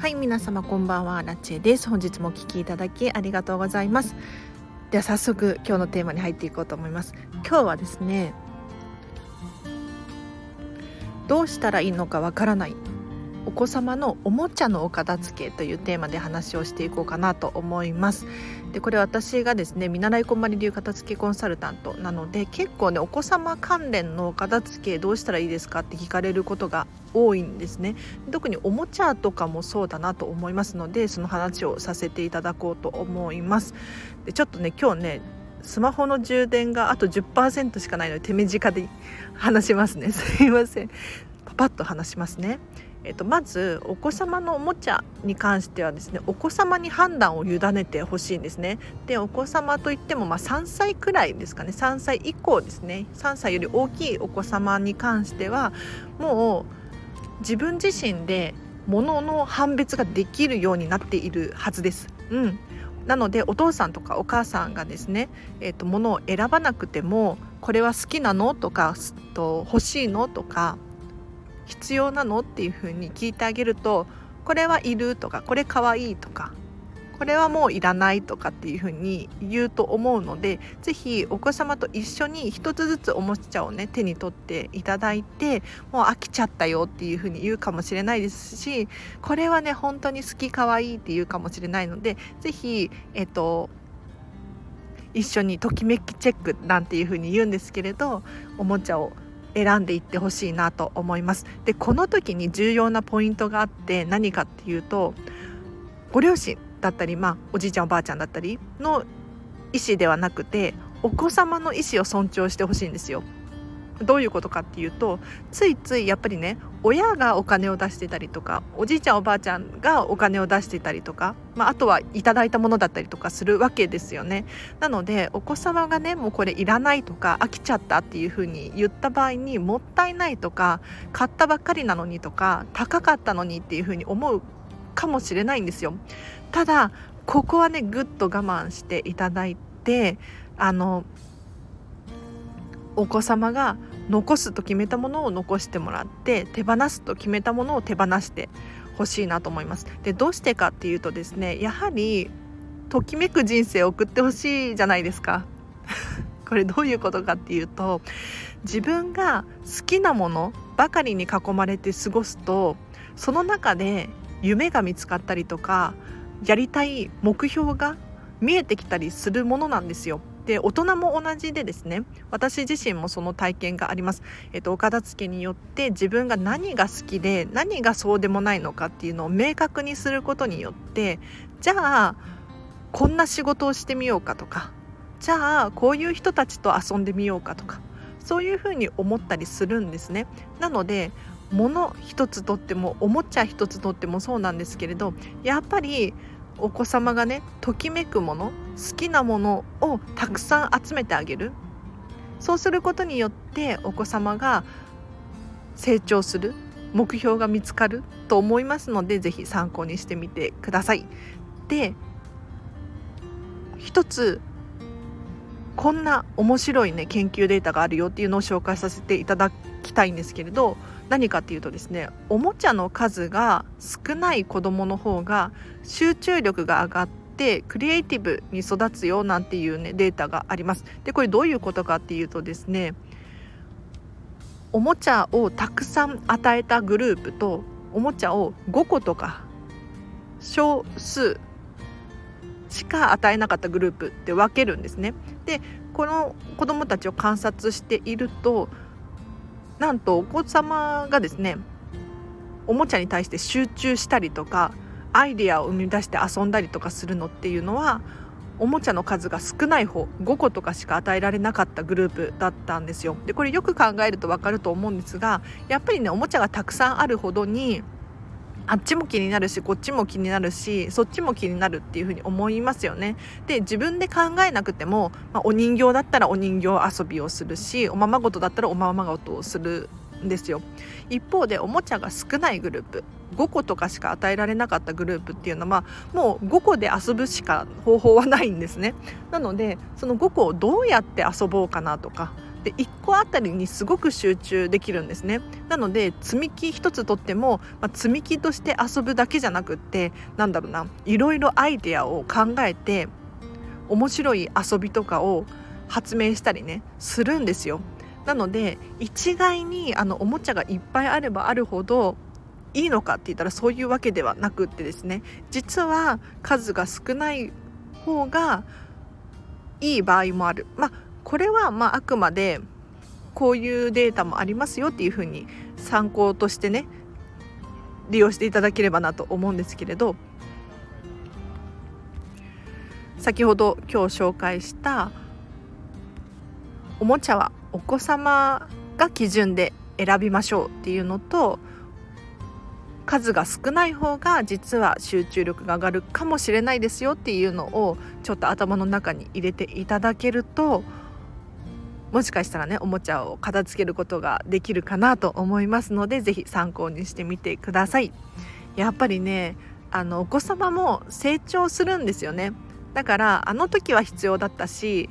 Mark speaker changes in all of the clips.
Speaker 1: はい、皆様こんばんは、ラチェです。本日もお聞きいただきありがとうございます。では早速今日のテーマに入っていこうと思います。今日はですね、どうしたらいいのかわからないお子様のおもちゃのお片付けというテーマで話をしていこうかなと思います。でこれ私がですね、見習いこんまり流片付けコンサルタントなので、結構ねお子様関連の片付けどうしたらいいですかって聞かれることが多いんですね。特におもちゃとかもそうだなと思いますので、その話をさせていただこうと思います。でちょっとね今日ねスマホの充電があと 10% しかないので手短で話しますね。すいません。パパッと話しますね。まずお子様のおもちゃに関してはですね、お子様に判断を委ねてほしいんですね。でお子様といっても3歳くらいですかね、3歳以降ですね。3歳より大きいお子様に関してはもう自分自身で物の判別ができるようになっているはずです。なのでお父さんとかお母さんがですね、物を選ばなくても、これは好きなのとか欲しいのとか必要なのっていう風に聞いてあげると、これはいるとか、これかわいいとか、これはもういらないとかっていう風に言うと思うので、ぜひお子様と一緒に一つずつおもちゃをね手に取っていただいて、もう飽きちゃったよっていう風に言うかもしれないですし、これはね本当に好きかわいいって言うかもしれないので、ぜひ一緒にときめきチェックなんていう風に言うんですけれど、おもちゃを選んでいってほしいなと思います。でこの時に重要なポイントがあって、何かっていうと、ご両親だったり、おじいちゃんおばあちゃんだったりの意思ではなくて、お子様の意思を尊重してほしいんですよ。どういうことかっていうと、ついついやっぱりね、親がお金を出してたりとか、おじいちゃんおばあちゃんがお金を出してたりとか、あとはいただいたものだったりとかするわけですよね。なのでお子様がね、もうこれいらないとか飽きちゃったっていう風に言った場合に、もったいないとか、買ったばっかりなのにとか、高かったのにっていう風に思うかもしれないんですよ。ただここはね、ぐっと我慢していただいて、お子様が残すと決めたものを残してもらって、手放すと決めたものを手放してほしいなと思います。でどうしてかっていうとですね、やはりときめく人生を送ってほしいじゃないですか。これどういうことかっていうと、自分が好きなものばかりに囲まれて過ごすと、その中で夢が見つかったりとか、やりたい目標が見えてきたりするものなんですよ。で大人も同じでですね、私自身もその体験があります。お片付けによって自分が何が好きで何がそうでもないのかっていうのを明確にすることによって、じゃあこんな仕事をしてみようかとか、じゃあこういう人たちと遊んでみようかとか、そういうふうに思ったりするんですね。なので物一つとっても、おもちゃ一つとってもそうなんですけれど、やっぱりお子様がねときめくもの、好きなものをたくさん集めてあげる。そうすることによってお子様が成長する、目標が見つかると思いますので、ぜひ参考にしてみてください。で一つこんな面白いね研究データがあるよっていうのを紹介させていただきたいんですけれど、何かっていうとですね、おもちゃの数が少ない子どもの方が集中力が上がってクリエイティブに育つよなんていうねデータがあります。でこれどういうことかっていうとですね、おもちゃをたくさん与えたグループと、おもちゃを5個とか少数しか与えなかったグループって分けるんですね。でこの子どもたちを観察していると、なんとお子様がですね、おもちゃに対して集中したりとか、アイデアを生み出して遊んだりとかするのっていうのは、おもちゃの数が少ない方、5個とかしか与えられなかったグループだったんですよ。でこれよく考えると分かると思うんですが、やっぱりねおもちゃがたくさんあるほどに、あっちも気になるし、こっちも気になるし、そっちも気になるっていうふうに思いますよね。で自分で考えなくても、お人形だったらお人形遊びをするし、おままごとだったらおままごとをするんですよ。一方でおもちゃが少ないグループ、5個とかしか与えられなかったグループっていうのは、もう5個で遊ぶしか方法はないんですね。なのでその5個をどうやって遊ぼうかなとか、 で1個あたりにすごく集中できるんですね。なので積み木一つとっても、積み木として遊ぶだけじゃなくって、いろいろアイデアを考えて面白い遊びとかを発明したりねするんですよ。なので一概におもちゃがいっぱいあればあるほどいいのかって言ったらそういうわけではなくってですね、実は数が少ない方がいい場合もある。これはあくまでこういうデータもありますよっていうふうに参考としてね利用していただければなと思うんですけれど、先ほど今日紹介したおもちゃはお子様が基準で選びましょうっていうのと、数が少ない方が実は集中力が上がるかもしれないですよっていうのをちょっと頭の中に入れていただけると、もしかしたらねおもちゃを片付けることができるかなと思いますので、ぜひ参考にしてみてください。やっぱりねお子様も成長するんですよね。だからあの時は必要だったし、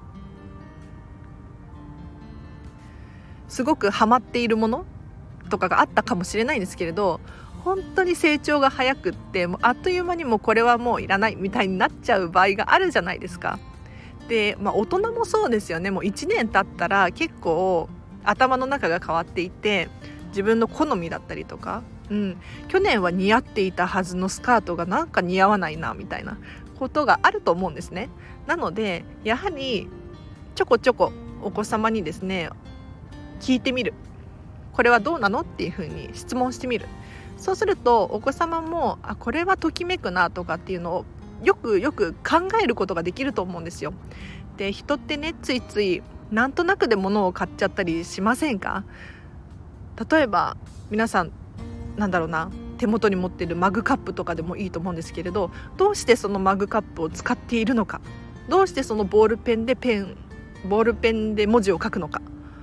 Speaker 1: すごくハマっているものとかがあったかもしれないんですけれど、本当に成長が早くってもうあっという間にもうこれはもういらないみたいになっちゃう場合があるじゃないですか。で、大人もそうですよね。もう1年経ったら結構頭の中が変わっていて、自分の好みだったりとか、去年は似合っていたはずのスカートがなんか似合わないなみたいなことがあると思うんですね。なのでやはりちょこちょこお子様にですね聞いてみる、これはどうなのっていうふうに質問してみる。そうするとお子様もこれはときめくなとかっていうのをよく考えることができると思うんですよ。で、人ってねついついなんとなくで物を買っちゃったりしませんか？例えば皆さん手元に持っているマグカップとかでもいいと思うんですけれど、どうしてそのマグカップを使っているのか、どうしてそのボールペンで文字を書くのか、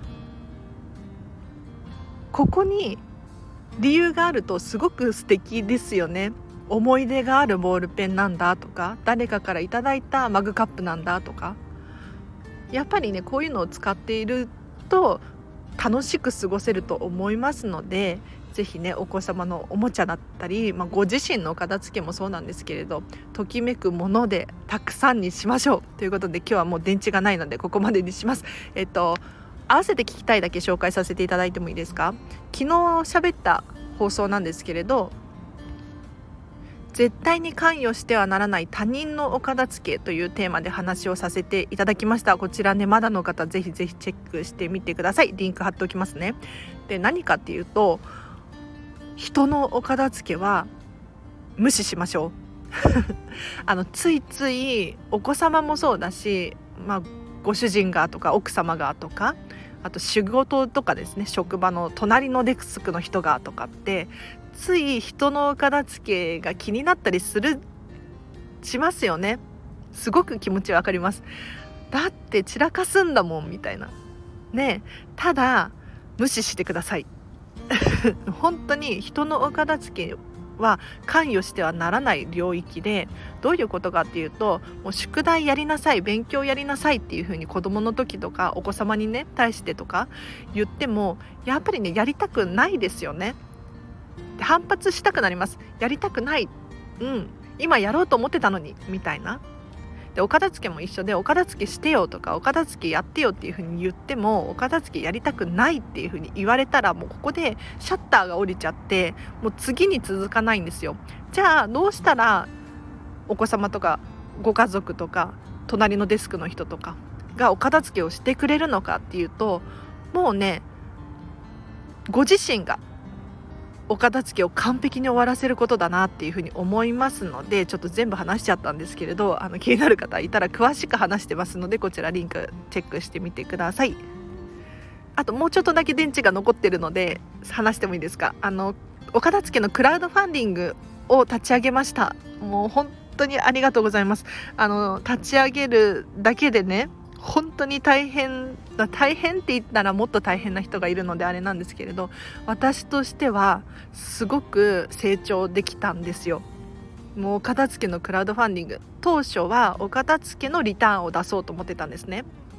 Speaker 1: ここに理由があるとすごく素敵ですよね。思い出があるボールペンなんだとか、誰かからいただいたマグカップなんだとか、やっぱりねこういうのを使っていると楽しく過ごせると思いますので、ぜひねお子様のおもちゃだったり、ご自身の片付けもそうなんですけれど、ときめくものでたくさんにしましょうということで、今日はもう電池がないのでここまでにします。合わせて聞きたいだけ紹介させていただいてもいいですか？昨日喋った放送なんですけれど、絶対に関与してはならない他人のお片付けというテーマで話をさせていただきました。こちらねまだの方ぜひチェックしてみてください。リンク貼っておきますね。で、何かっていうと、人のお片付けは無視しましょうついついお子様もそうだし、ご主人がとか奥様がとか、あと仕事とかですね、職場の隣のデスクの人がとかって、つい人のお片付けが気になったりしますよね。すごく気持ちわかります。だって散らかすんだもんみたいなね。ただ無視してください本当に人のお片付けは関与してはならない領域で、どういうことかっていうと、もう宿題やりなさい、勉強やりなさいっていう風に子供の時とかお子様にね対してとか言っても、やっぱりねやりたくないですよね。で、反発したくなります。やりたくない、今やろうと思ってたのにみたいな。で、お片付けも一緒で、お片付けしてよとかお片付けやってよっていう風に言っても、お片付けやりたくないっていう風に言われたら、もうここでシャッターが降りちゃって、もう次に続かないんですよ。じゃあどうしたらお子様とかご家族とか隣のデスクの人とかがお片付けをしてくれるのかっていうと、もうねご自身がお片付けを完璧に終わらせることだなっていうふうに思いますので、ちょっと全部話しちゃったんですけれど、気になる方いたら詳しく話してますので、こちらリンクチェックしてみてください。あともうちょっとだけ電池が残ってるので話してもいいですか？お片付けのクラウドファンディングを立ち上げました。もう本当にありがとうございます。立ち上げるだけでね本当に大変って言ったらもっと大変な人がいるのであれなんですけれど、私としてはすごく成長できたんですよ。もうお片付けのクラウドファンディング、当初はお片付けのリターンを出そうと思ってたんですね。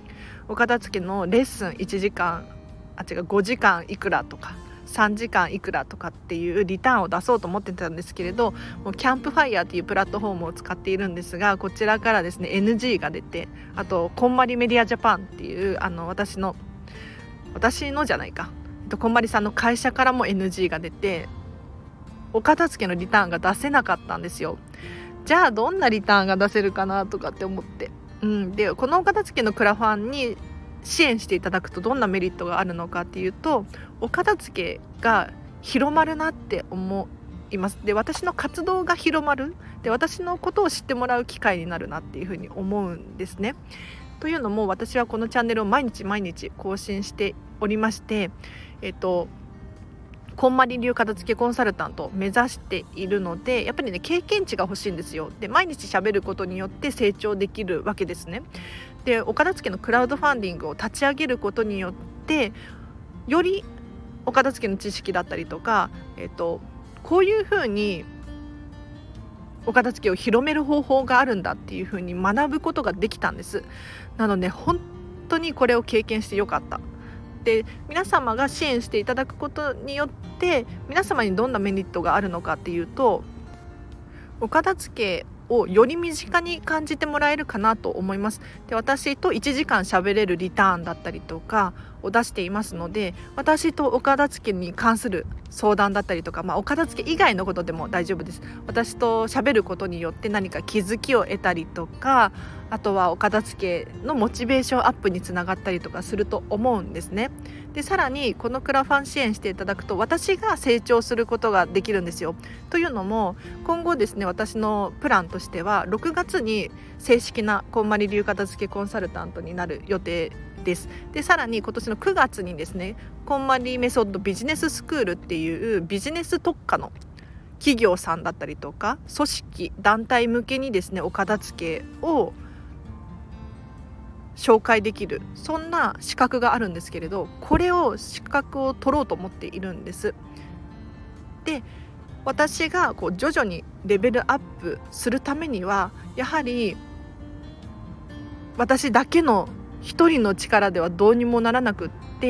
Speaker 1: お片付けのレッスン1時間5時間いくらとか3時間いくらとかっていうリターンを出そうと思ってたんですけれど、もうキャンプファイヤーというプラットフォームを使っているんですが、こちらからですね NG が出て、あとこんまりメディアジャパンっていう私のじゃないかこんまりさんの会社からも NG が出て、お片付けのリターンが出せなかったんですよ。じゃあどんなリターンが出せるかなとかって思って、でこのお片付けのクラファンに支援していただくとどんなメリットがあるのかっていうと、お片付けが広まるなって思います。で私の活動が広まる、で私のことを知ってもらう機会になるなっていうふうに思うんですね。というのも、私はこのチャンネルを毎日更新しておりまして、こんまり流片付けコンサルタントを目指しているので、やっぱりね経験値が欲しいんですよ。で毎日喋ることによって成長できるわけですね。でお片付けのクラウドファンディングを立ち上げることによって、よりお片付けの知識だったりとか、こういうふうにお片付けを広める方法があるんだっていうふうに学ぶことができたんです。なので本当にこれを経験してよかった。で皆様が支援していただくことによって皆様にどんなメリットがあるのかっていうと、お片付けをより身近に感じてもらえるかなと思います。で私と1時間喋れるリターンだったりとかを出していますので、私とお片付けに関する相談だったりとか、お片付け以外のことでも大丈夫です。私と喋ることによって何か気づきを得たりとか、あとはお片付けのモチベーションアップにつながったりとかすると思うんですね。でさらにこのクラファン支援していただくと私が成長することができるんですよ。というのも今後ですね、私のプランとしては6月に正式なこんまり流片付けコンサルタントになる予定です。でさらに今年の9月にですね、こんまりメソッドビジネススクールっていうビジネス特化の企業さんだったりとか組織団体向けにですね、お片付けを紹介できる、そんな資格があるんですけれど、これを資格を取ろうと思っているんです。で私が徐々にレベルアップするためには、やはり私だけの一人の力ではどうにもならなくって、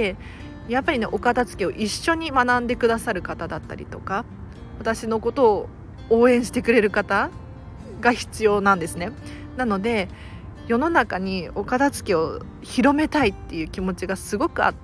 Speaker 1: やっぱりねお片付けを一緒に学んでくださる方だったりとか、私のことを応援してくれる方が必要なんですね。なので世の中にお片付けを広めたいっていう気持ちがすごくあって、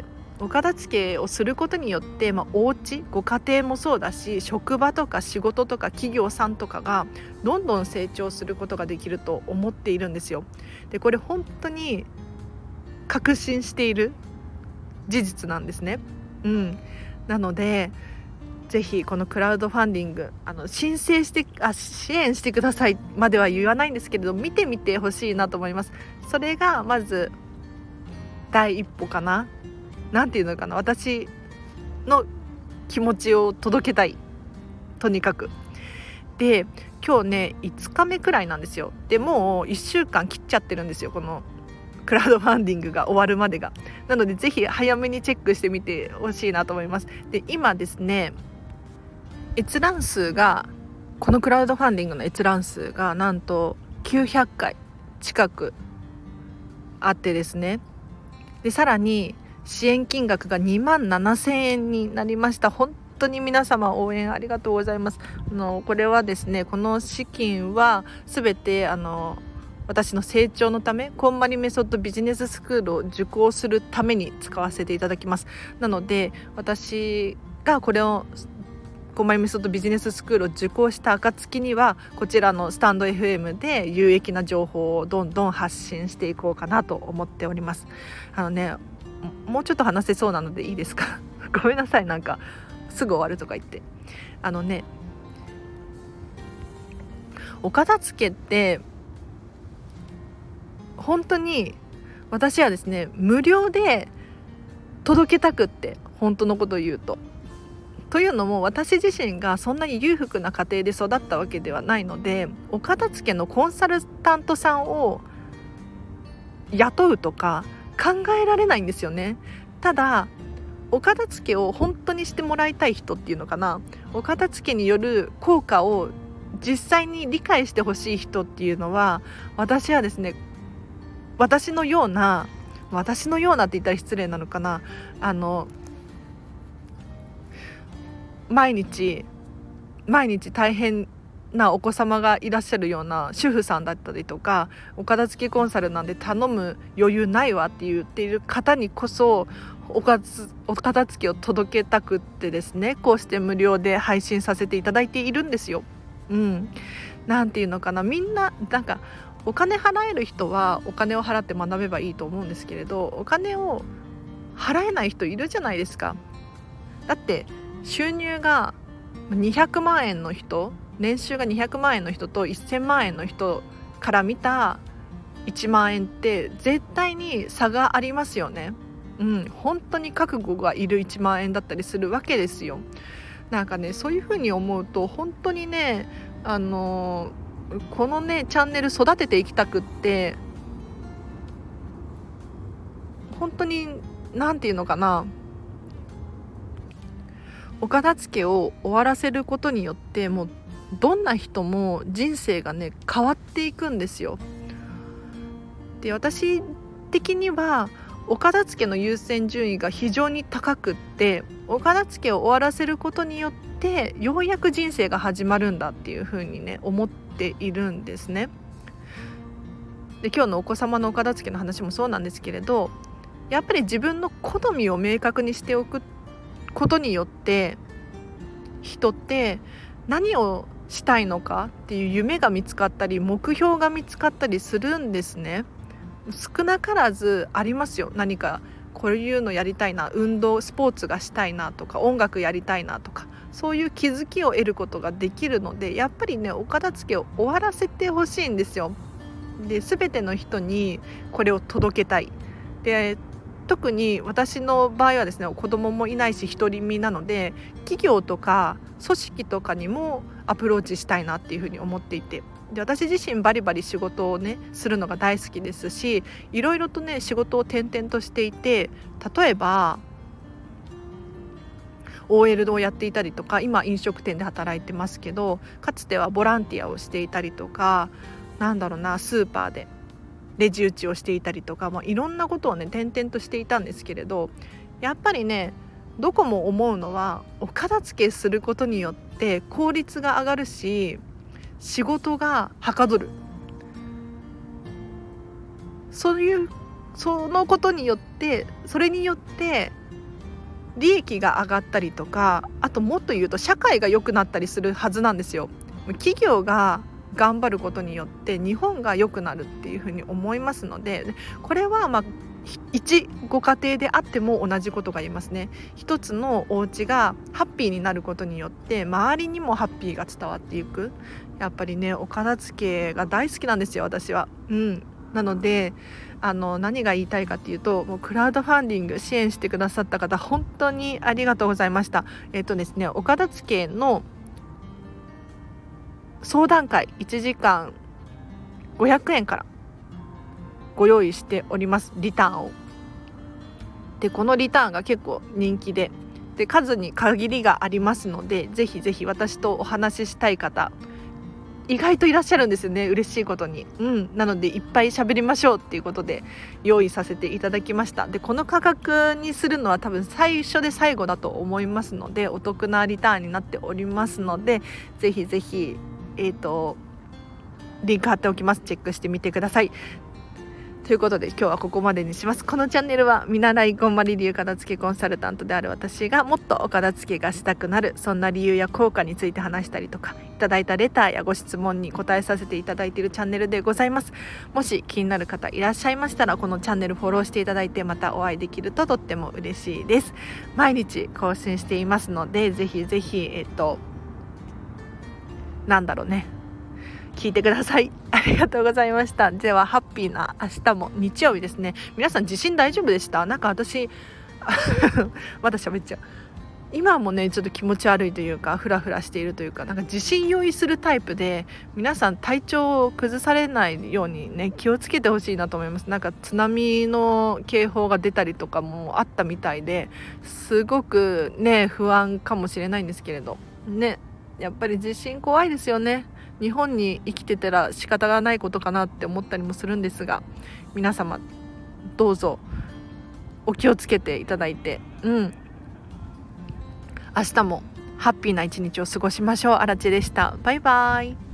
Speaker 1: お片付けをすることによって、お家ご家庭もそうだし、職場とか仕事とか企業さんとかがどんどん成長することができると思っているんですよ。でこれ本当に確信している事実なんですね。なのでぜひこのクラウドファンディング申請して支援してくださいまでは言わないんですけれど、見てみてほしいなと思います。それがまず第一歩かな。なんていうのかな、私の気持ちを届けたい、とにかく。で今日ね5日目くらいなんですよ。でもう1週間切っちゃってるんですよ、このクラウドファンディングが終わるまでが。なのでぜひ早めにチェックしてみてほしいなと思います。で今ですね、閲覧数がこのクラウドファンディングの閲覧数がなんと900回近くあってですね、でさらに支援金額が27,000円になりました。本当に皆様応援ありがとうございます。これはですね、この資金はすべて私の成長のため、こんまりメソッドビジネススクールを受講するために使わせていただきます。なので私がこれをこんまりメソッドビジネススクールを受講した暁には、こちらのスタンド FM で有益な情報をどんどん発信していこうかなと思っております。もうちょっと話せそうなのでいいですかごめんなさい、なんかすぐ終わるとか言って。お片付けって本当に私はですね、無料で届けたくって、本当のことを言うと。というのも私自身がそんなに裕福な家庭で育ったわけではないので、お片付けのコンサルタントさんを雇うとか考えられないんですよね。ただお片付けを本当にしてもらいたい人っていうのかな、お片付けによる効果を実際に理解してほしい人っていうのは、私はですね、私のような私のようなって言ったら失礼なのかな、毎日大変なお子様がいらっしゃるような主婦さんだったりとか、お片付けコンサルなんで頼む余裕ないわって言っている方にこそお片付けを届けたくってですね、こうして無料で配信させていただいているんですよ。なんていうのかな、みんななんかお金払える人はお金を払って学べばいいと思うんですけれど、お金を払えない人いるじゃないですか。だって収入が200万円の人、年収が200万円の人と1000万円の人から見た1万円って絶対に差がありますよね。本当に覚悟がいる1万円だったりするわけですよ。なんかね、そういう風に思うと本当にね、このねチャンネル育てていきたくって、本当になんていうのかな、お片付けを終わらせることによってもうどんな人も人生がね変わっていくんですよ。で、私的にはお片付けの優先順位が非常に高くって、お片付けを終わらせることによってようやく人生が始まるんだっていう風にね思っているんですね。で、今日のお子様のお片付けの話もそうなんですけれど、やっぱり自分の好みを明確にしておくことによって人って何をしたいのかっていう夢が見つかったり目標が見つかったりするんですね。少なからずありますよ。何かこういうのやりたいな、運動スポーツがしたいなとか、音楽やりたいなとか、そういう気づきを得ることができるので、やっぱりねお片付けを終わらせてほしいんですよ。で、全ての人にこれを届けたい。で、特に私の場合はですね、子供もいないし独り身なので、企業とか組織とかにもアプローチしたいなっていうふうに思っていて、で、私自身バリバリ仕事をねするのが大好きですし、いろいろとね仕事を転々としていて、例えば OL をやっていたりとか、今飲食店で働いてますけど、かつてはボランティアをしていたりとか、スーパーでレジ打ちをしていたりとか、いろんなことをね転々としていたんですけれど、やっぱりねどこも思うのは、お片付けすることによって効率が上がるし、仕事がはかどる、そのことによって、それによって利益が上がったりとか、あともっと言うと社会が良くなったりするはずなんですよ。企業が頑張ることによって日本が良くなるっていうふうに思いますので、これは一ご家庭であっても同じことが言えますね。一つのお家がハッピーになることによって周りにもハッピーが伝わっていく。やっぱりねお片付けが大好きなんですよ、私は。なので何が言いたいかっていうと、もうクラウドファンディング支援してくださった方本当にありがとうございました。ですね、お片付けの相談会1時間500円からご用意しております、リターンを。で、このリターンが結構人気で、数に限りがありますので、ぜひぜひ私とお話ししたい方意外といらっしゃるんですよね、嬉しいことに。なのでいっぱい喋りましょうっていうことで用意させていただきました。で、この価格にするのは多分最初で最後だと思いますので、お得なリターンになっておりますので、ぜひぜひリンク貼っておきます。チェックしてみてください。ということで今日はここまでにします。このチャンネルは見習いこんまり流片付けコンサルタントである私がもっとお片付けがしたくなる、そんな理由や効果について話したりとか、いただいたレターやご質問に答えさせていただいているチャンネルでございます。もし気になる方いらっしゃいましたら、このチャンネルフォローしていただいて、またお会いできるととっても嬉しいです。毎日更新していますので、ぜひぜひ聞いてください。ありがとうございました。ではハッピーな明日も、日曜日ですね。皆さん地震大丈夫でした？私まだ喋っちゃう。今もねちょっと気持ち悪いというか、フラフラしているというか、地震酔いするタイプで、皆さん体調を崩されないようにね気をつけてほしいなと思います。津波の警報が出たりとかもあったみたいで、すごくね不安かもしれないんですけれどね、やっぱり地震怖いですよね。日本に生きてたら仕方がないことかなって思ったりもするんですが、皆様どうぞお気をつけていただいて、明日もハッピーな一日を過ごしましょう。あらちでした。バイバイ。